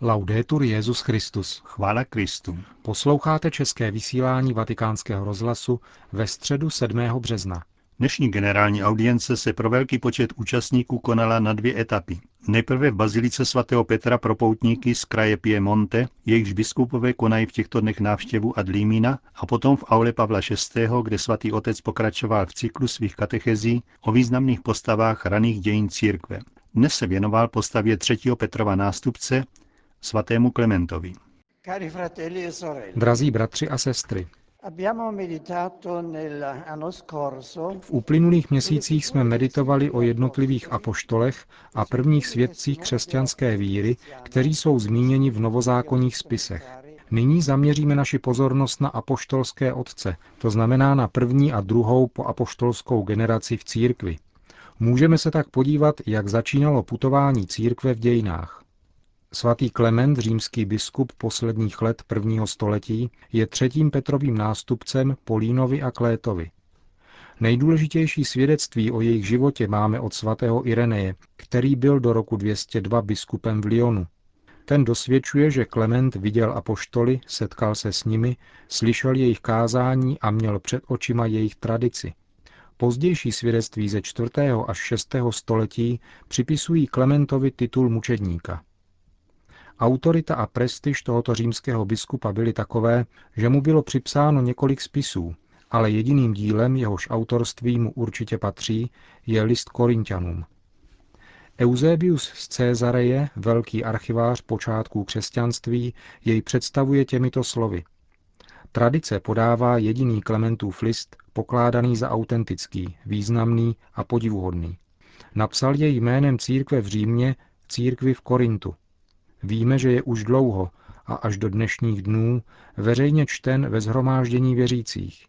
Laudetur Jesus Christus. Chvála Kristu. Posloucháte české vysílání Vatikánského rozhlasu ve středu 7. března. Dnešní generální audience se pro velký počet účastníků konala na 2 etapy. Nejprve v bazilice svatého Petra pro poutníky z kraje Piemonte, jejichž biskupové konají v těchto dnech návštěvu ad limina, a potom v aule Pavla VI., kde svatý otec pokračoval v cyklu svých katechezí o významných postavách raných dějin církve. Dnes se věnoval postavě 3. Petrova nástupce, svatému Klementovi. Drazí bratři a sestry, v uplynulých měsících jsme meditovali o jednotlivých apoštolech a prvních svědcích křesťanské víry, kteří jsou zmíněni v novozákonních spisech. Nyní zaměříme naši pozornost na apoštolské otce, to znamená na první a druhou poapoštolskou generaci v církvi. Můžeme se tak podívat, jak začínalo putování církve v dějinách. Svatý Klement, římský biskup posledních let 1. století, je 3. Petrovým nástupcem po Línovi a Klétovi. Nejdůležitější svědectví o jejich životě máme od svatého Ireneje, který byl do roku 202 biskupem v Lyonu. Ten dosvědčuje, že Klement viděl apoštoly, setkal se s nimi, slyšel jejich kázání a měl před očima jejich tradici. Pozdější svědectví ze 4. až 6. století připisují Klementovi titul mučedníka. Autorita a prestiž tohoto římského biskupa byly takové, že mu bylo připsáno několik spisů, ale jediným dílem, jehož autorství mu určitě patří, je list Korinťanům. Eusebius z Cézareje, velký archivář počátků křesťanství, jej představuje těmito slovy. Tradice podává jediný Klementův list, pokládaný za autentický, významný a podivuhodný. Napsal jej jménem církve v Římě, církvi v Korintu. Víme, že je už dlouho a až do dnešních dnů veřejně čten ve shromáždění věřících.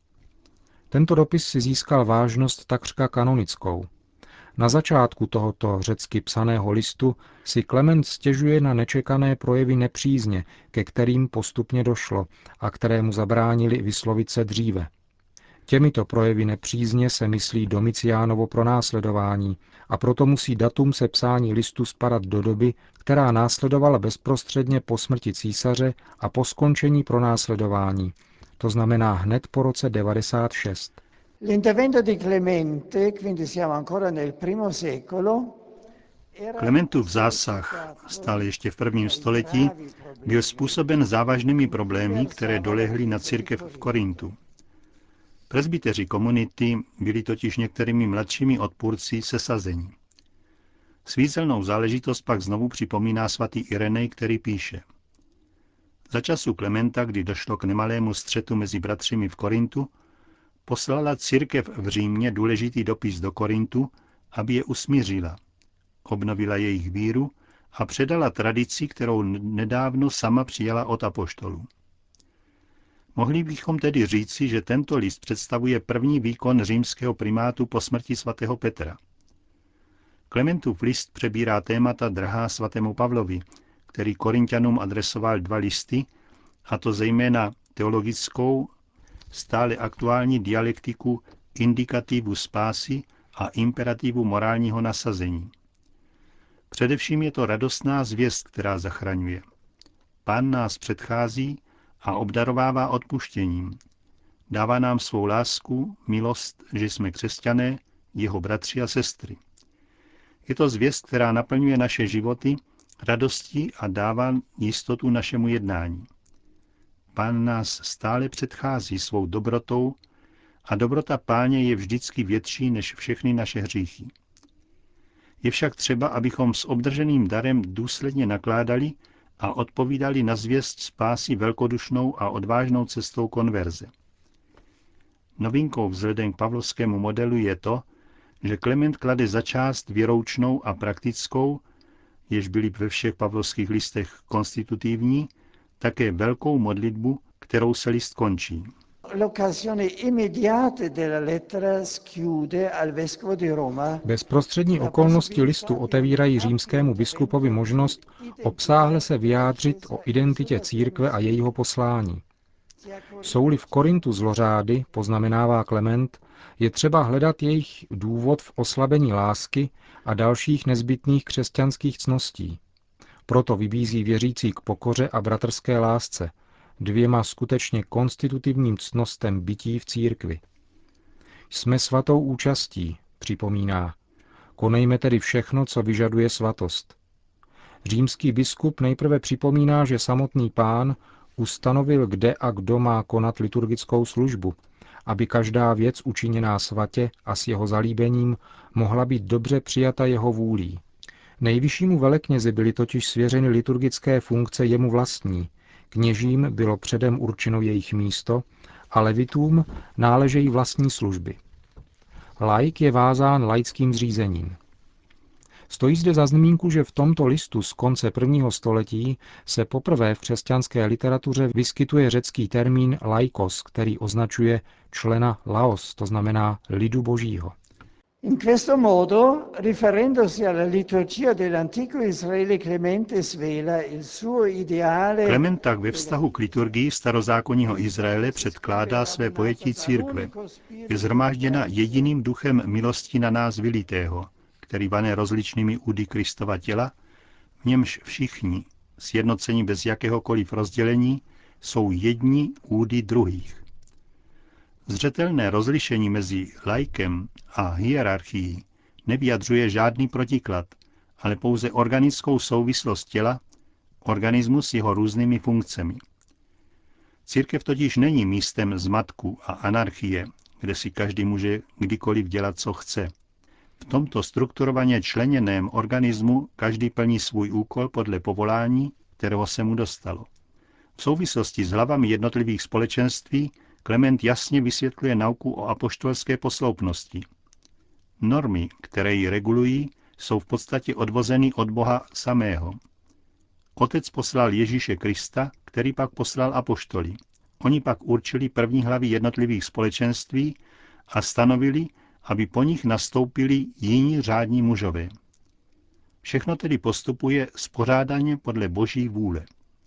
Tento dopis si získal vážnost takřka kanonickou. Na začátku tohoto řecky psaného listu si Klement stěžuje na nečekané projevy nepřízně, ke kterým postupně došlo a kterému zabránili vyslovit se dříve. Těmito projevy nepřízně se myslí Domiciánovo pronásledování a proto musí datum sepsání listu spadat do doby, která následovala bezprostředně po smrti císaře a po skončení pronásledování, to znamená hned po roce 96. Klementův zásah, stále ještě v 1. století, byl způsoben závažnými problémy, které dolehly na církev v Korintu. Presbyteři komunity byli totiž některými mladšími odpůrci sesazení. Svízelnou záležitost pak znovu připomíná svatý Irenej, který píše: Za času Klementa, kdy došlo k nemalému střetu mezi bratřími v Korintu, poslala církev v Římě důležitý dopis do Korintu, aby je usmířila, obnovila jejich víru a předala tradici, kterou nedávno sama přijala od apoštolů. Mohli bychom tedy říci, že tento list představuje první výkon římského primátu po smrti svatého Petra. Klementův list přebírá témata drahá svatému Pavlovi, který Korinťanům adresoval 2 listy, a to zejména teologickou, stále aktuální dialektiku indikativu spásy a imperativu morálního nasazení. Především je to radostná zvěst, která zachraňuje. Pán nás předchází a obdarovává odpuštěním. Dává nám svou lásku, milost, že jsme křesťané, jeho bratři a sestry. Je to zvěst, která naplňuje naše životy radostí a dává jistotu našemu jednání. Pán nás stále předchází svou dobrotou a dobrota Páně je vždycky větší než všechny naše hříchy. Je však třeba, abychom s obdrženým darem důsledně nakládali a odpovídali na zvěst spásy velkodušnou a odvážnou cestou konverze. Novinkou vzhledem k pavlovskému modelu je to, že Klement klade za část věroučnou a praktickou, jež byly ve všech pavlovských listech konstitutivní, také velkou modlitbu, kterou se list končí. Bezprostřední okolnosti listu otevírají římskému biskupovi možnost obsáhle se vyjádřit o identitě církve a jejího poslání. Jsou-li v Korintu zlořády, poznamenává Klement, je třeba hledat jejich důvod v oslabení lásky a dalších nezbytných křesťanských cností. Proto vybízí věřící k pokoře a bratrské lásce, dvěma skutečně konstitutivním ctnostem bytí v církvi. Jsme svatou účastí, připomíná. Konejme tedy všechno, co vyžaduje svatost. Římský biskup nejprve připomíná, že samotný Pán ustanovil, kde a kdo má konat liturgickou službu, aby každá věc učiněná svatě a s jeho zalíbením mohla být dobře přijata jeho vůlí. Nejvyššímu veleknězi byly totiž svěřeny liturgické funkce jemu vlastní, kněžím bylo předem určeno jejich místo a levitům náležejí vlastní služby. Laik je vázán laickým zřízením. Stojí zde za zmínku, že v tomto listu z konce 1. století se poprvé v křesťanské literatuře vyskytuje řecký termín laikos, který označuje člena laos, to znamená lidu božího. In questo modo, riferendosi alla liturgia dell'antico Israele, Clemente svela il suo ideale. Klement tak ve vztahu k liturgii starozákonního Izraele předkládá své pojetí církve. Je shromážděna jediným duchem milosti na nás vylitého, který vane rozličnými údy Kristova těla, v němž všichni, sjednocení bez jakéhokoliv rozdělení, jsou jedni údy druhých. Zřetelné rozlišení mezi laikem a hierarchií nevyjadřuje žádný protiklad, ale pouze organickou souvislost těla, organismus s jeho různými funkcemi. Církev totiž není místem zmatku a anarchie, kde si každý může kdykoliv dělat, co chce. V tomto strukturovaně členěném organismu každý plní svůj úkol podle povolání, kterého se mu dostalo. V souvislosti s hlavami jednotlivých společenství Klement jasně vysvětluje nauku o apoštolské posloupnosti. Normy, které ji regulují, jsou v podstatě odvozeny od Boha samého. Otec poslal Ježíše Krista, který pak poslal apoštoly. Oni pak určili první hlavy jednotlivých společenství a stanovili, aby po nich nastoupili jiní řádní mužové. Všechno tedy postupuje spořádaně podle Boží vůle.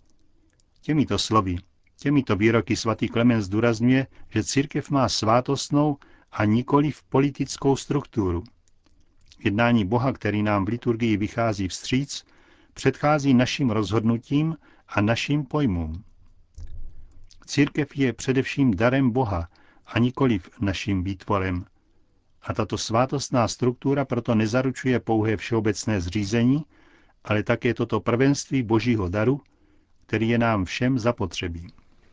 Těmito slovy, těmito výroky svatý Klement zdůrazňuje, že církev má svátostnou a nikoliv politickou strukturu. Jednání Boha, který nám v liturgii vychází vstříc, předchází našim rozhodnutím a našim pojmům. Církev je především darem Boha a nikoliv naším výtvorem. A tato svátostná struktura proto nezaručuje pouhé všeobecné zřízení, ale také toto prvenství Božího daru, který je nám všem zapotřebí.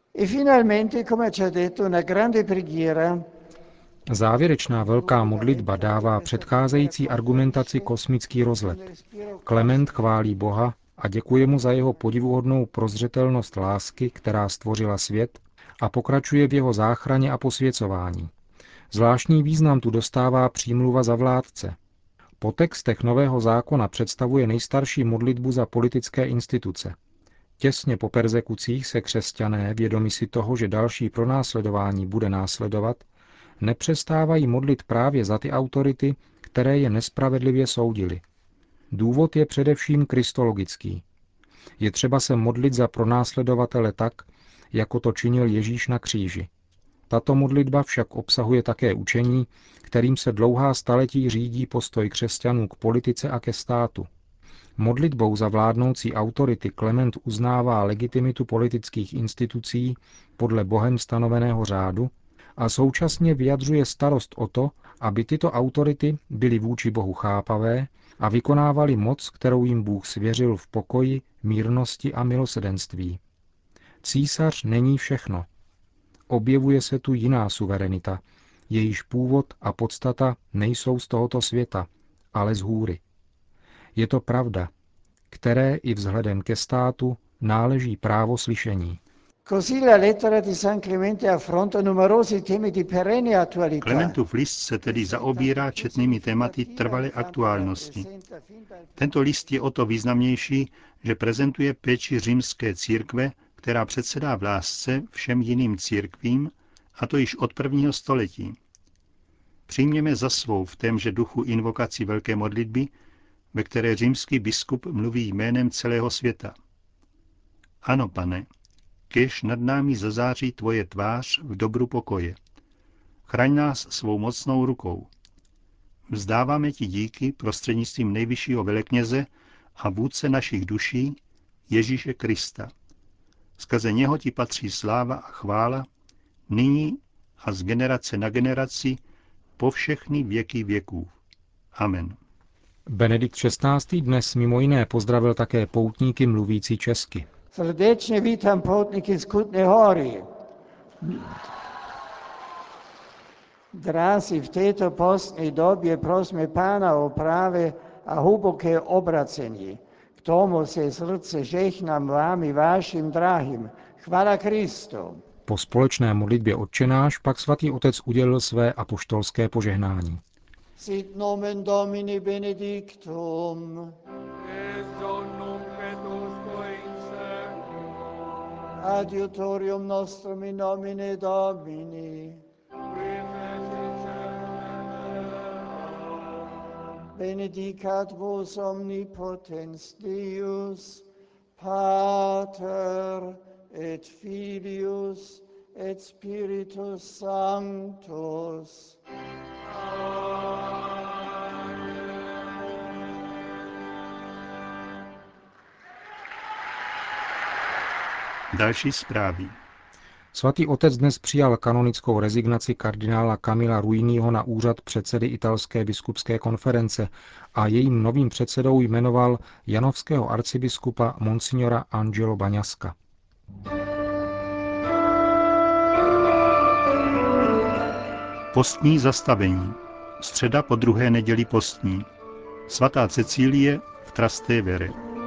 Závěrečná velká modlitba dává předcházející argumentaci kosmický rozhled. Klement chválí Boha a děkuje mu za jeho podivuhodnou prozřetelnost lásky, která stvořila svět, a pokračuje v jeho záchraně a posvěcování. Zvláštní význam tu dostává přímluva za vládce. Po textech Nového zákona představuje nejstarší modlitbu za politické instituce. Těsně po perzekucích se křesťané, vědomi si toho, že další pronásledování bude následovat, nepřestávají modlit právě za ty autority, které je nespravedlivě soudili. Důvod je především kristologický. Je třeba se modlit za pronásledovatele tak, jako to činil Ježíš na kříži. Tato modlitba však obsahuje také učení, kterým se dlouhá staletí řídí postoj křesťanů k politice a ke státu. Modlitbou za vládnoucí autority Klement uznává legitimitu politických institucí podle Bohem stanoveného řádu a současně vyjadřuje starost o to, aby tyto autority byly vůči Bohu chápavé a vykonávaly moc, kterou jim Bůh svěřil v pokoji, mírnosti a milosedenství. Císař není všechno. Objevuje se tu jiná suverenita, jejíž původ a podstata nejsou z tohoto světa, ale z hůry. Je to pravda, které i vzhledem ke státu náleží právo slyšení. Klementův list se tedy zaobírá četnými tématy trvalé aktuálnosti. Tento list je o to významnější, že prezentuje péči římské církve, která předsedá v lásce všem jiným církvím, a to již od 1. století. Přijměme za svou v témže duchu invokaci velké modlitby, ve které římský biskup mluví jménem celého světa. Ano, Pane, kéž nad námi zazáří tvoje tvář v dobru pokoje. Chraň nás svou mocnou rukou. Vzdáváme ti díky prostřednictvím nejvyššího velekněze a vůdce našich duší, Ježíše Krista. Skrze něho ti patří sláva a chvála, nyní a z generace na generaci, po všechny věky věků. Amen. Benedikt XVI. Dnes mimo jiné pozdravil také poutníky mluvící česky. Srdečně vítám poutníky z Kutné Hory. Drázi, v této postní době prosme Pána o právě a hluboké obracení. K tomu se srdce žehnám vámi, vašim drahým. Chvála Kristu. Po společné modlitbě Otčenáš pak svatý otec udělil své apoštolské požehnání. Sit nomen Domini benedictum. Adiutorium nostrum in nomine Domini. Benedicat vos omnipotens Deus, Pater et Filius et Spiritus Sanctus. Další zprávy. Svatý otec dnes přijal kanonickou rezignaci kardinála Camilla Ruiniho na úřad předsedy italské biskupské konference a jejím novým předsedou jmenoval janovského arcibiskupa monsignora Angelo Bagnaska. Postní zastavení. Středa po druhé neděli postní. Svatá Cecílie v Trastevere.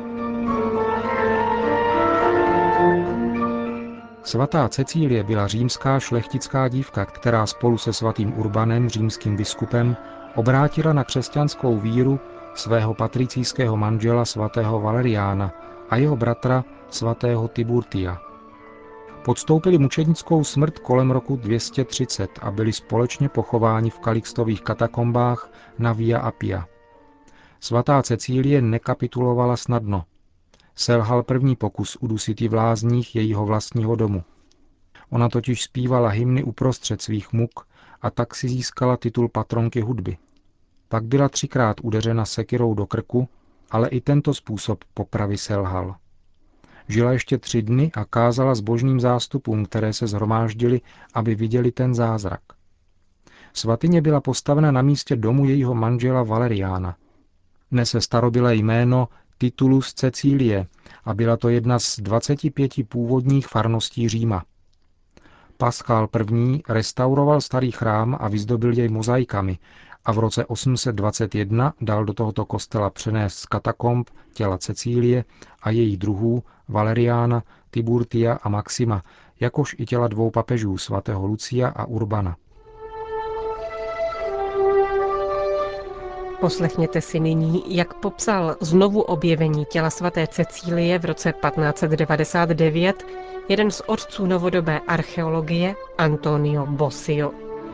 Svatá Cecílie byla římská šlechtická dívka, která spolu se svatým Urbanem, římským biskupem, obrátila na křesťanskou víru svého patricijského manžela svatého Valeriána a jeho bratra svatého Tiburtia. Podstoupili mučednickou smrt kolem roku 230 a byli společně pochováni v Kalixtových katakombách na Via Appia. Svatá Cecílie nekapitulovala snadno. Selhal první pokus udusit ji v lázních jejího vlastního domu. Ona totiž zpívala hymny uprostřed svých muk a tak si získala titul patronky hudby. Pak byla 3krát udeřena sekyrou do krku, ale i tento způsob popravy selhal. Žila ještě 3 dny a kázala zbožným zástupům, které se shromáždili, aby viděli ten zázrak. Svatyně byla postavena na místě domu jejího manžela Valeriána. Nese starobylé jméno Titulus Cecílie a byla to jedna z 25 původních farností Říma. Paschál I. restauroval starý chrám a vyzdobil jej mozaikami a v roce 821 dal do tohoto kostela přenést z katakomb těla Cecílie a jejich druhů Valeriána, Tiburtia a Maxima, jakož i těla 2 papežů, svatého Lucia a Urbana. Poslechněte si nyní, jak popsal znovu objevení těla svaté Cecílie v roce 1599 jeden z otců novodobé archeologie Antonio Bossio.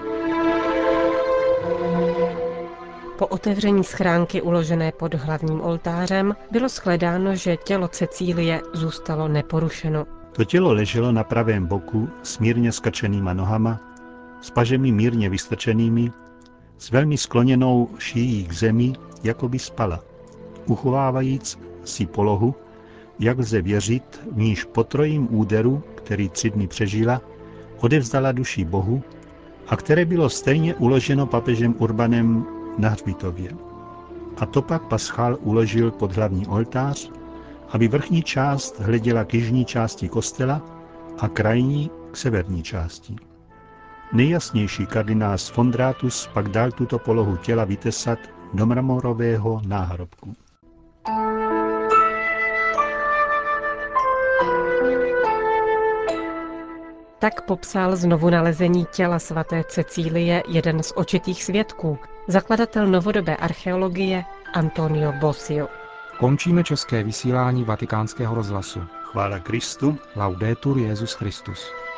Po otevření schránky uložené pod hlavním oltářem bylo shledáno, že tělo Cecílie zůstalo neporušeno. To tělo leželo na pravém boku s mírně skrčenýma nohama, s pažemi mírně vystrčenými, s velmi skloněnou šíjí k zemi, jako by spala, uchovávajíc si polohu, jak lze věřit, v níž po 3. úderu, který 3 dny přežila, odevzdala duši Bohu a které bylo stejně uloženo papežem Urbanem na hřbitově. A to pak paschál uložil pod hlavní oltář, aby vrchní část hleděla k jižní části kostela a krajní k severní části. Nejjasnější kardinál Sfondratus pak dal tuto polohu těla vytesat do mramorového náhrobku. Tak popsal znovu nalezení těla svaté Cecílie jeden z očitých svědků, zakladatel novodobé archeologie Antonio Bossio. Končíme české vysílání Vatikánského rozhlasu. Chvála Kristu. Laudetur Jesus Christus.